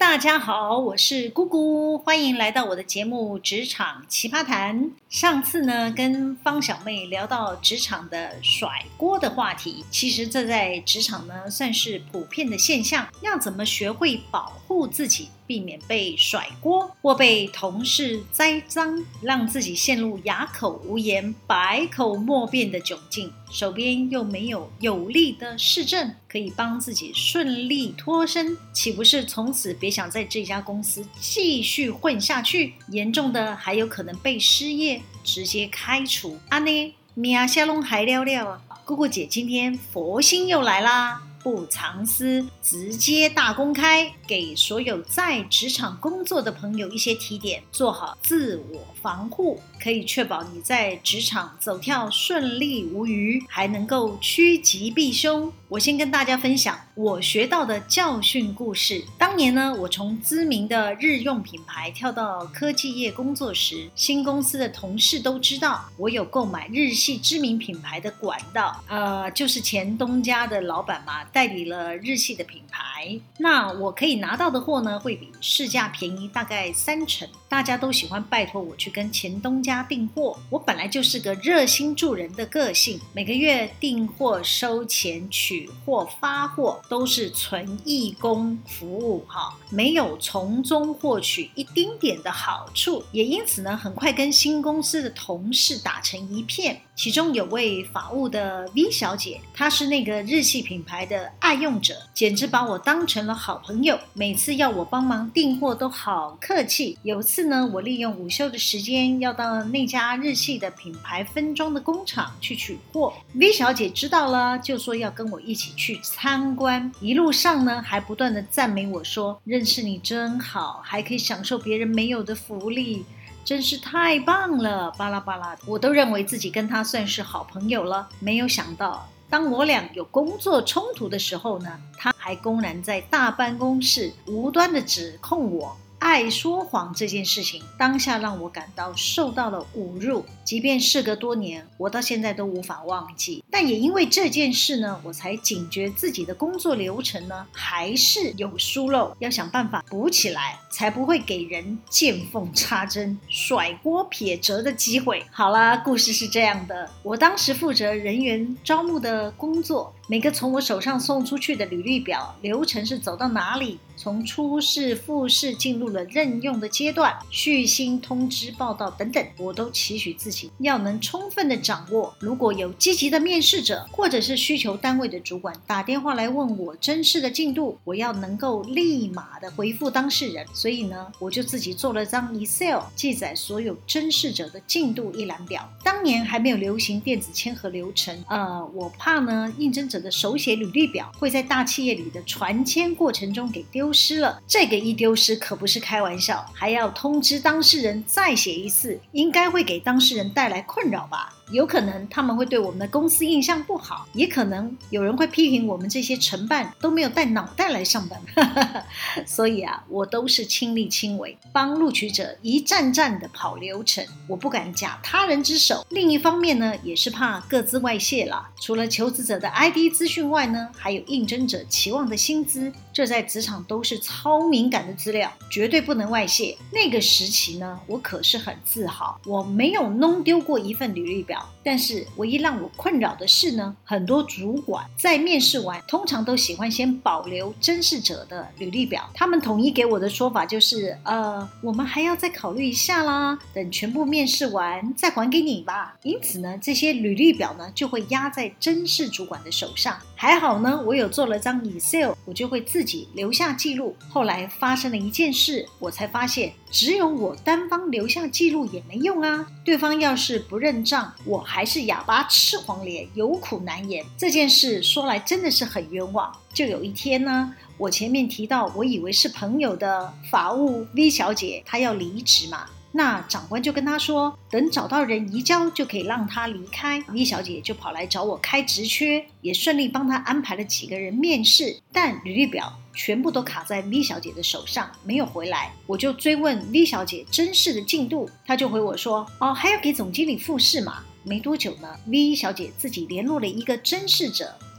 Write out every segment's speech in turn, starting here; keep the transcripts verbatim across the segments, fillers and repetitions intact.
大家好，我是姑姑，欢迎来到我的节目《职场奇葩谈》。上次呢，跟方小妹聊到职场的甩锅的话题，其实这在职场呢算是普遍的现象。要怎么学会保护自己，避免被甩锅或被同事栽赃，让自己陷入哑口无言、百口莫辩的窘境，手边又没有有力的市政可以帮自己顺利脱身，岂不是从此别想在这家公司继续混下去？严重的还有可能被失业，直接开除。安呢，命下拢还了了啊！姑姑姐今天佛心又来啦，不藏私，直接大公开，给所有在职场工作的朋友一些提点，做好自我防护，可以确保你在职场走跳顺利无虞，还能够趋吉避凶。我先跟大家分享我学到的教训故事。当年呢，我从知名的日用品牌跳到科技业工作时，新公司的同事都知道我有购买日系知名品牌的管道，呃，就是前东家的老板嘛，代理了日系的品牌。那我可以拿到的货呢，会比市价便宜大概三成。大家都喜欢拜托我去跟前东家订货，我本来就是个热心助人的个性，每个月订货、收钱、取货、发货都是纯义工服务哈，没有从中获取一丁点的好处，也因此呢，很快跟新公司的同事打成一片。其中有位法务的 V 小姐，她是那个日系品牌的爱用者，简直把我当成了好朋友，每次要我帮忙订货都好客气。有次呢，我利用午休的时间要到那家日系的品牌分装的工厂去取货， V 小姐知道了，就说要跟我一起去参观，一路上呢还不断的赞美我说，认识你真好，还可以享受别人没有的福利，真是太棒了，巴拉巴拉。我都认为自己跟他算是好朋友了，没有想到当我俩有工作冲突的时候呢，他还公然在大办公室无端的指控我爱说谎这件事情，当下让我感到受到了侮辱，即便事隔多年，我到现在都无法忘记。但也因为这件事呢，我才警觉自己的工作流程呢还是有疏漏，要想办法补起来，才不会给人见缝插针、甩锅撇责的机会。好啦，故事是这样的，我当时负责人员招募的工作，每个从我手上送出去的履历表流程是走到哪里，从初试、复试进入了任用的阶段，续薪、通知、报到等等，我都期许自己要能充分的掌握。如果有积极的面试者或者是需求单位的主管打电话来问我甄试的进度，我要能够立马的回复当事人。所以呢，我就自己做了张 Excel 记载所有甄试者的进度一览表。当年还没有流行电子签合流程，呃，我怕呢应征者的手写履历表会在大企业里的传签过程中给丢失了，这个一丢失可不是开玩笑，还要通知当事人再写一次，应该会给当事人带来困扰吧。有可能他们会对我们的公司印象不好，也可能有人会批评我们这些承办都没有带脑袋来上班所以啊，我都是亲力亲为，帮录取者一站站的跑流程，我不敢假他人之手。另一方面呢，也是怕个资外泄啦，除了求职者的 I D 资讯外呢，还有应征者期望的薪资，这在职场都是超敏感的资料，绝对不能外泄。那个时期呢，我可是很自豪，我没有弄丢过一份履历表。但是唯一让我困扰的是呢，很多主管在面试完通常都喜欢先保留甄试者的履历表，他们统一给我的说法就是呃，我们还要再考虑一下啦，等全部面试完再还给你吧。因此呢，这些履历表呢就会压在甄试主管的手上。还好呢，我有做了张 Excel， 我就会自己留下记录。后来发生了一件事，我才发现只有我单方留下记录也没用啊，对方要是不认账，我还是哑巴吃黄连，有苦难言。这件事说来真的是很冤枉。就有一天呢，我前面提到我以为是朋友的法务 V 小姐，她要离职嘛，那长官就跟她说，等找到人移交就可以让她离开。 V 小姐就跑来找我开职缺，也顺利帮她安排了几个人面试，但履历表全部都卡在 V 小姐的手上，没有回来。我就追问 V 小姐甄试的进度，她就回我说，哦，还要给总经理复试嘛。没多久呢 ，V 小姐自己联络了一个甄试者，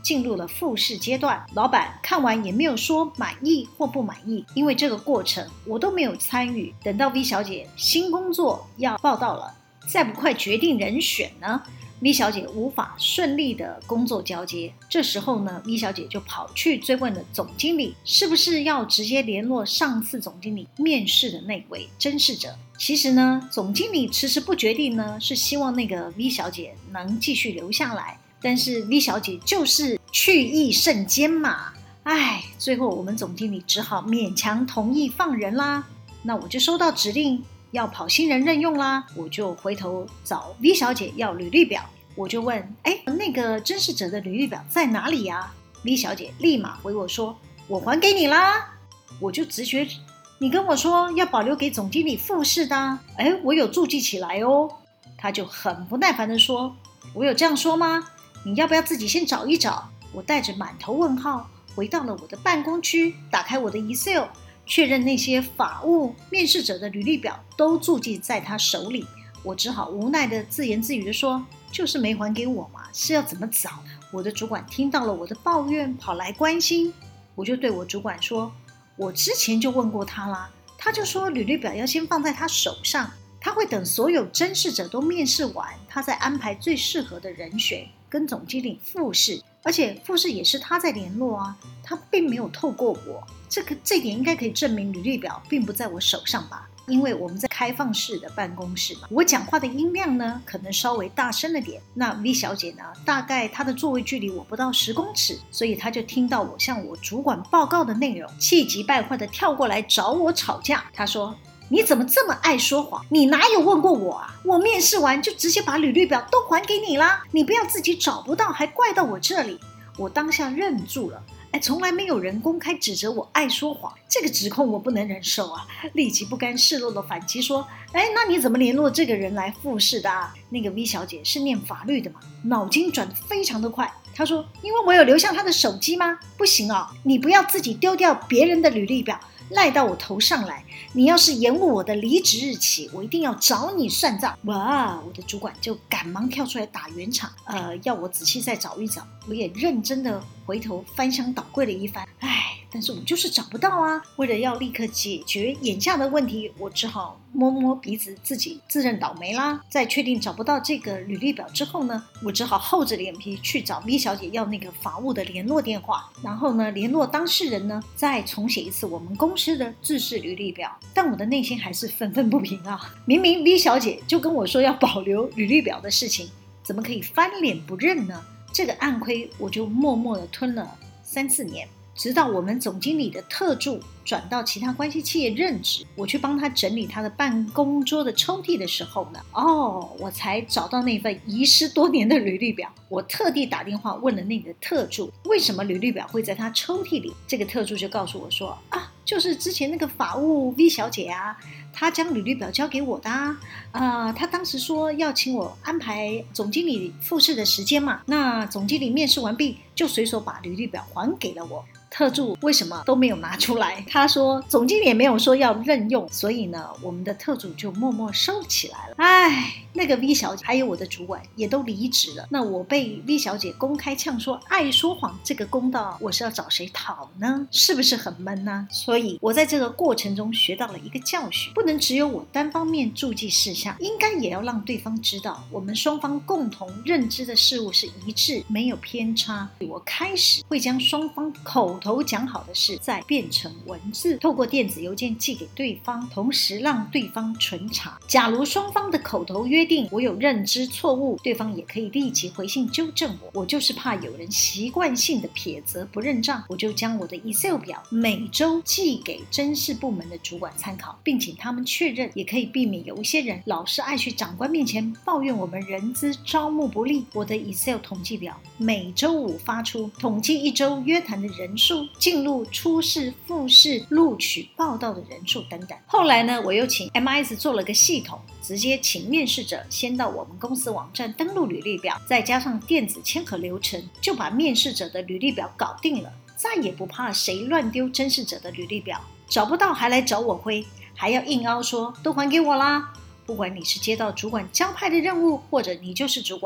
进入了复试阶段。老板看完也没有说满意或不满意，因为这个过程我都没有参与。等到 V 小姐新工作要报到了，再不快决定人选呢， V 小姐无法顺利的工作交接。这时候呢 V 小姐就跑去追问了总经理，是不是要直接联络上次总经理面试的那位甄试者。其实呢总经理迟迟不决定呢，是希望那个 V 小姐能继续留下来，但是 V 小姐就是去意甚坚嘛，唉，最后我们总经理只好勉强同意放人啦。那我就收到指令要跑新人任用啦，我就回头找 V 小姐要履历表。我就问，哎，那个甄试者的履历表在哪里啊？ V 小姐立马回我说，我还给你啦。我就直觉你跟我说要保留给总经理复试的啊，哎，我有注记起来哦。他就很不耐烦地说，我有这样说吗？你要不要自己先找一找？我带着满头问号回到了我的办公区，打开我的 Excel， 确认那些法务面试者的履历表都注记在他手里。我只好无奈的自言自语的说，就是没还给我嘛，是要怎么找？我的主管听到了我的抱怨，跑来关心。我就对我主管说，我之前就问过他啦，他就说履历表要先放在他手上，他会等所有甄试者都面试完，他再安排最适合的人选跟总经理复试，而且复试也是他在联络啊，他并没有透过我。这个这点应该可以证明履历表并不在我手上吧，因为我们在开放式的办公室嘛。我讲话的音量呢可能稍微大声了点，那 V 小姐呢大概她的座位距离我不到十公尺，所以她就听到我向我主管报告的内容，气急败坏的跳过来找我吵架。她说，你怎么这么爱说谎？你哪有问过我啊？我面试完就直接把履历表都还给你啦，你不要自己找不到还怪到我这里。我当下愣住了，哎，从来没有人公开指责我爱说谎，这个指控我不能忍受啊！立即不甘示弱的反击说，哎，那你怎么联络这个人来复试的啊？那个 V 小姐是念法律的嘛，脑筋转得非常的快。她说，因为我有留下她的手机吗？不行啊，你不要自己丢掉别人的履历表赖到我头上来，你要是延误我的离职日期，我一定要找你算账。哇，我的主管就赶忙跳出来打圆场，呃，要我仔细再找一找。我也认真的回头翻箱倒柜了一番，唉，但是我就是找不到啊。为了要立刻解决眼下的问题，我只好摸摸鼻子，自己自认倒霉啦。在确定找不到这个履历表之后呢，我只好厚着脸皮去找 V 小姐要那个法务的联络电话，然后呢，联络当事人呢，再重写一次我们公司的制式履历表。但我的内心还是愤愤不平啊！明明 V 小姐就跟我说要保留履历表的事情，怎么可以翻脸不认呢？这个暗亏我就默默的吞了三四年，直到我们总经理的特助转到其他关系企业任职，我去帮他整理他的办公桌的抽屉的时候呢，哦，我才找到那份遗失多年的履历表。我特地打电话问了那个特助，为什么履历表会在他抽屉里？这个特助就告诉我说，啊，就是之前那个法务 V 小姐啊，她将履历表交给我的啊，呃，她当时说要请我安排总经理复试的时间嘛，那总经理面试完毕，就随手把履历表还给了我。特助为什么都没有拿出来？他说总经理也没有说要任用，所以呢，我们的特助就默默收起来了。唉，那个 V 小姐还有我的主管也都离职了，那我被 V 小姐公开呛说爱说谎，这个公道我是要找谁讨呢？是不是很闷呢？所以我在这个过程中学到了一个教训，不能只有我单方面注记事项，应该也要让对方知道我们双方共同认知的事物是一致，没有偏差。我开始会将双方口头讲好的事再变成文字，透过电子邮件寄给对方，同时让对方存查。假如双方的口头约定我有认知错误，对方也可以立即回信纠正我。我就是怕有人习惯性的撇责不认账，我就将我的 Excel 表每周寄给侦事部门的主管参考，并请他们确认，也可以避免有一些人老是爱去长官面前抱怨我们人资招募不力。我的 Excel 统计表每周五发出，统计一周约谈的人数，进入初试、复试、录取、报到的人数等等。后来呢，我又请 M I S 做了个系统，直接请面试者先到我们公司网站登录履历表，再加上电子签核流程，就把面试者的履历表搞定了，再也不怕谁乱丢甄试者的履历表，找不到还来找我挥，还要硬凹说都还给我啦。不管你是接到主管交派的任务，或者你就是主管，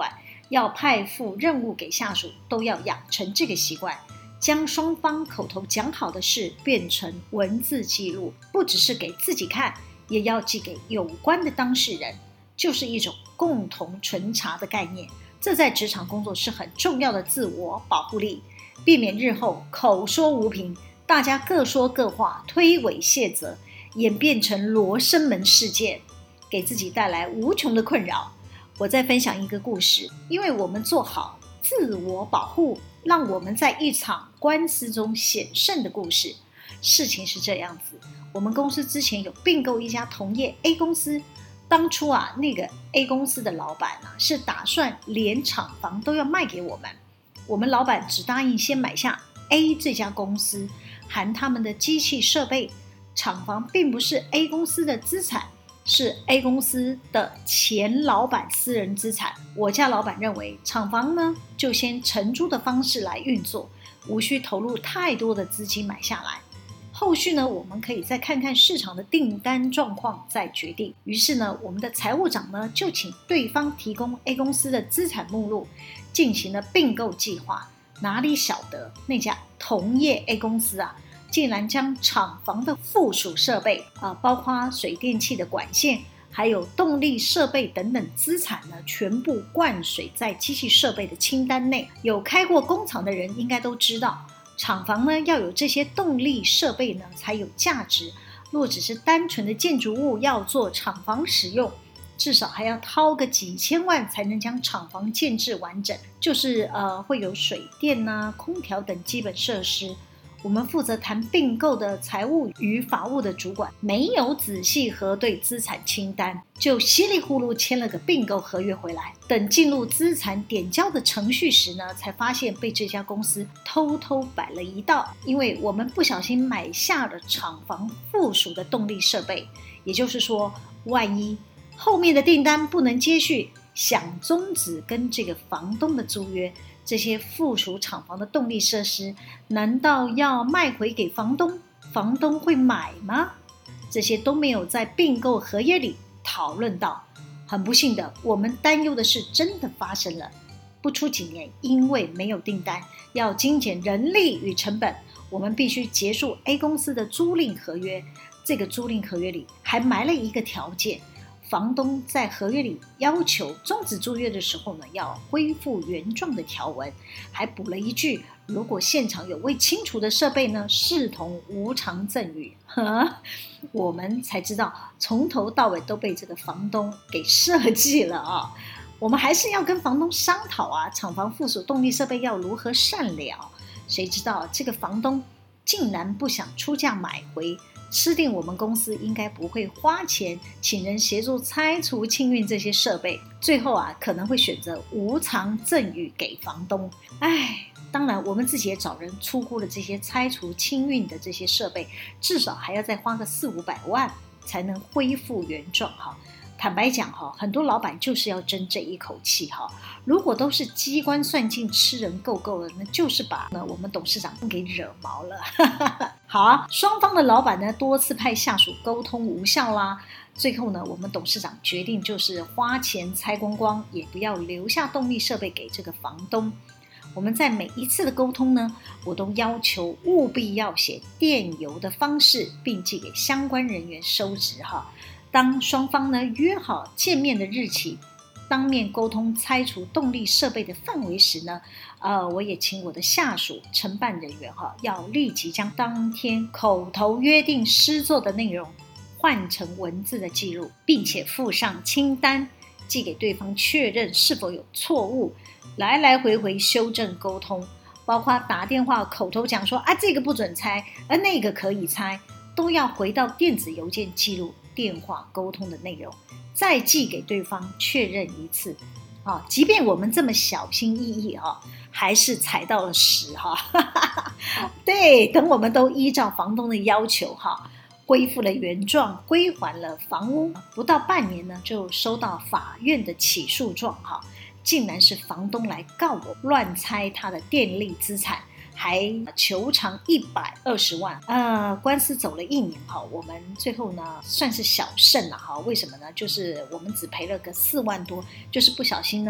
要派付任务给下属，都要养成这个习惯，将双方口头讲好的事变成文字记录，不只是给自己看，也要寄给有关的当事人，就是一种共同巡查的概念。这在职场工作是很重要的自我保护力，避免日后口说无凭，大家各说各话，推诿卸责，演变成罗生门事件，给自己带来无穷的困扰。我再分享一个故事，因为我们做好自我保护，让我们在一场官司中险胜的故事。事情是这样子，我们公司之前有并购一家同业 A 公司，当初啊，那个 A 公司的老板啊，是打算连厂房都要卖给我们，我们老板只答应先买下 A 这家公司，含他们的机器设备，厂房并不是 A 公司的资产，是 A 公司的前老板私人资产。我家老板认为厂房呢就先承租的方式来运作，无需投入太多的资金买下来，后续呢我们可以再看看市场的订单状况再决定。于是呢我们的财务长呢就请对方提供 A 公司的资产目录，进行了并购计划。哪里晓得那家同业 A 公司啊，竟然将厂房的附属设备啊，包括水电气的管线，还有动力设备等等资产呢，全部灌水在机器设备的清单内。有开过工厂的人应该都知道，厂房呢要有这些动力设备呢才有价值。若只是单纯的建筑物要做厂房使用，至少还要掏个几千万才能将厂房建制完整，就是呃会有水电啊、空调等基本设施。我们负责谈并购的财务与法务的主管没有仔细核对资产清单，就稀里糊涂签了个并购合约回来。等进入资产点交的程序时呢，才发现被这家公司偷偷摆了一道。因为我们不小心买下了厂房附属的动力设备，也就是说，万一后面的订单不能接续，想终止跟这个房东的租约，这些附属厂房的动力设施难道要卖回给房东？房东会买吗？这些都没有在并购合约里讨论到。很不幸的，我们担忧的事真的发生了。不出几年，因为没有订单，要精简人力与成本，我们必须结束 A 公司的租赁合约。这个租赁合约里还埋了一个条件，房东在合约里要求终止租约的时候呢，要恢复原状的条文，还补了一句，如果现场有未清除的设备呢，视同无偿赠与。我们才知道从头到尾都被这个房东给设计了啊！我们还是要跟房东商讨啊，厂房附属动力设备要如何善了。谁知道这个房东竟然不想出价买回，吃定我们公司应该不会花钱请人协助拆除清运这些设备，最后啊可能会选择无偿赠与给房东。唉，当然我们自己也找人出估了这些拆除清运的这些设备，至少还要再花个四五百万才能恢复原状哈。坦白讲哈，很多老板就是要争这一口气哈。如果都是机关算尽吃人够够了，那就是把呢我们董事长给惹毛了。好啊，双方的老板呢多次派下属沟通无效啦，最后呢我们董事长决定就是花钱拆光光，也不要留下动力设备给这个房东。我们在每一次的沟通呢，我都要求务必要写电邮的方式，并寄给相关人员收执哈。当双方呢约好见面的日期，当面沟通拆除动力设备的范围时呢，呃，我也请我的下属承办人员哈，要立即将当天口头约定施作的内容换成文字的记录，并且附上清单，寄给对方确认是否有错误，来来回回修正沟通，包括打电话口头讲说啊这个不准拆，而那个可以拆，都要回到电子邮件记录电话沟通的内容，再寄给对方确认一次。啊，即便我们这么小心翼翼啊，还是踩到了屎哈。对，等我们都依照房东的要求哈，恢复了原状，归还了房屋，不到半年呢，就收到法院的起诉状哈，竟然是房东来告我乱拆他的电力资产，还求偿一百二十万。呃，官司走了一年哈，我们最后呢算是小胜了哈。为什么呢？就是我们只赔了个四万多，就是不小心呢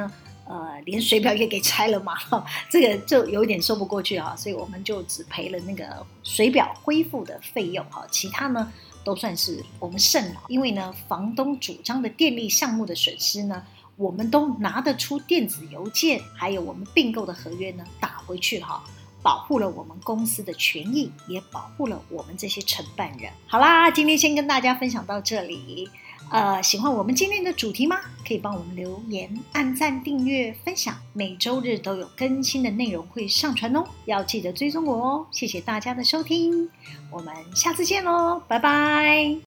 呃，连水表也给拆了嘛，这个就有点说不过去啊，所以我们就只赔了那个水表恢复的费用哈，其他呢都算是我们胜了，因为呢，房东主张的电力项目的损失呢，我们都拿得出电子邮件，还有我们并购的合约呢打回去哈。保护了我们公司的权益，也保护了我们这些承办人。好啦，今天先跟大家分享到这里。呃，喜欢我们今天的主题吗？可以帮我们留言、按赞、订阅、分享。每周日都有更新的内容会上传哦，要记得追踪我哦。谢谢大家的收听，我们下次见喽，拜拜。